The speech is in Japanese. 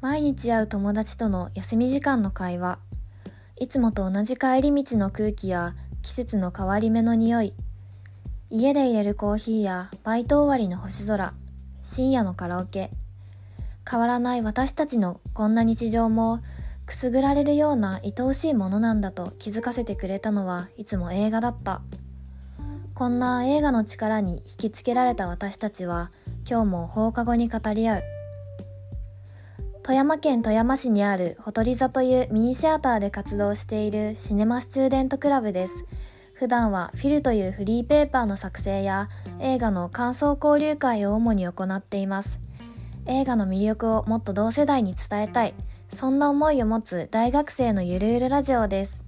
毎日会う友達との休み時間の会話、いつもと同じ帰り道の空気や季節の変わり目の匂い、家で入れるコーヒーやバイト終わりの星空、深夜のカラオケ、変わらない私たちのこんな日常もくすぐられるような愛おしいものなんだと気づかせてくれたのはいつも映画だった。こんな映画の力に引きつけられた私たちは今日も放課後に語り合う。富山県富山市にあるほとり座というミニシアターで活動しているシネマスチューデントクラブです。普段はフィルというフリーペーパーの作成や映画の感想交流会を主に行っています。映画の魅力をもっと同世代に伝えたい、そんな思いを持つ大学生のゆるゆるラジオです。